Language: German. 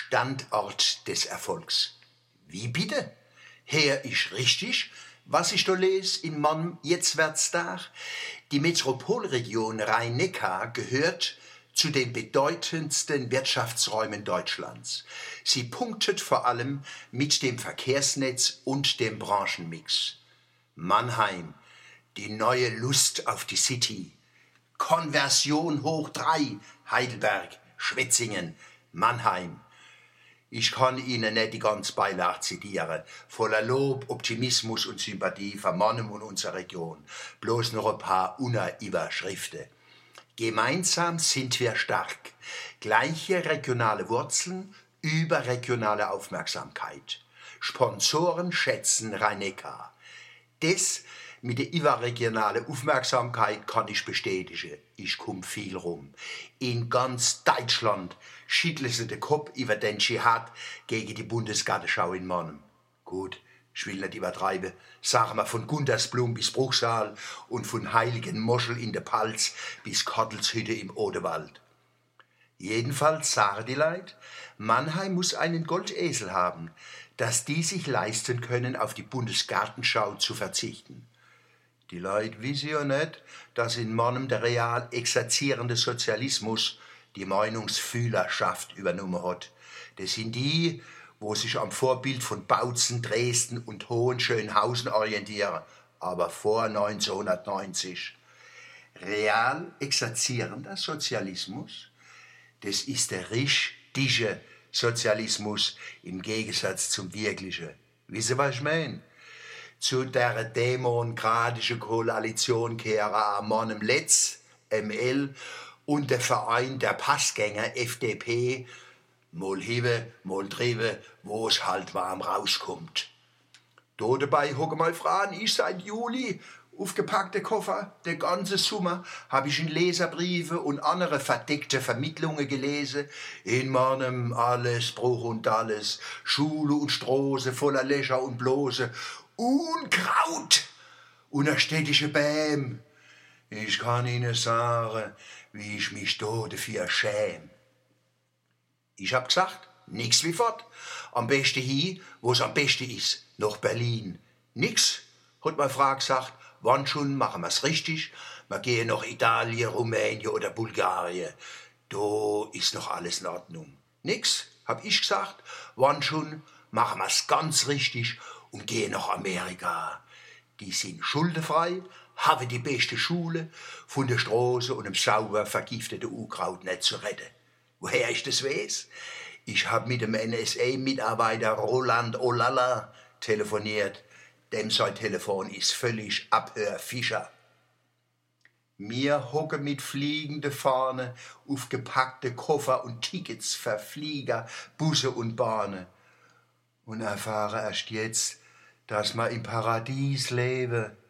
Standort des Erfolgs. Wie bitte? Her ist richtig, was ich da lese in meinem Jetztwertsdach. Die Metropolregion Rhein-Neckar gehört zu den bedeutendsten Wirtschaftsräumen Deutschlands. Sie punktet vor allem mit dem Verkehrsnetz und dem Branchenmix. Mannheim, die neue Lust auf die City. Konversion hoch 3, Heidelberg, Schwetzingen, Mannheim. Ich kann Ihnen nicht die ganze Beilage zitieren, voller Lob, Optimismus und Sympathie für Mannheim und unsere Region. Bloß noch ein paar Überschriften. Gemeinsam sind wir stark. Gleiche regionale Wurzeln, überregionale Aufmerksamkeit. Sponsoren schätzen Rhein-Neckar. Das mit der überregionalen Aufmerksamkeit kann ich bestätigen. Ich komm viel rum. In ganz Deutschland schütteln sie den Kopf über den Dschihad gegen die Bundesgartenschau in Mannheim. Gut, ich will nicht übertreiben. Sagen wir von Guntersblum bis Bruchsal und von Heiligen Moschel in der Palz bis Kattelshütte im Odewald. Jedenfalls sagen die Leute, Mannheim muss einen Goldesel haben, dass die sich leisten können, auf die Bundesgartenschau zu verzichten. Die Leute wissen ja nicht, dass in Mannheim der real exerzierende Sozialismus die Meinungsfühlerschaft übernommen hat. Das sind die, wo sich am Vorbild von Bautzen, Dresden und Hohenschönhausen orientieren, aber vor 1990. Real exerzierender Sozialismus, das ist der richtige Sozialismus im Gegensatz zum wirklichen. Wisst ihr, was ich meine? Zu der demokratischen Koalition gehören Mannheim Letz, ML, und der Verein der Passgänger, FDP, mal hiebe, mal triebe, wo es halt warm rauskommt. Da dabei hocke mal Fragen, ich seit Juli aufgepackte Koffer, der ganze Sommer habe ich in Leserbriefe und andere verdeckte Vermittlungen gelesen. In Mannheim alles, Bruch und alles, Schule und Straße voller Löcher und Blose, Unkraut und eine städtische Bäm. Ich kann Ihnen sagen, wie ich mich da dafür schäme. Ich hab gesagt, nix wie fort. Am besten hier, wo es am besten ist, nach Berlin. Nix, hat meine Frau gesagt, wann schon machen wir's richtig. Wir gehen nach Italien, Rumänien oder Bulgarien. Da ist noch alles in Ordnung. Nix, hab ich gesagt, wann schon machen wir's ganz richtig und gehen nach Amerika. Die sind schuldenfrei, haben die beste Schule, von der Straße und dem sauber vergifteten Unkraut nicht zu retten. Woher ich das weiß? Ich hab mit dem NSA-Mitarbeiter Roland Olala telefoniert. Dem sein Telefon ist völlig Abhörfischer. Wir hocken mit fliegende Fahne auf gepackte Koffer und Tickets für Flieger, Busse und Bahnen. Und erfahre erst jetzt, dass wir im Paradies leben.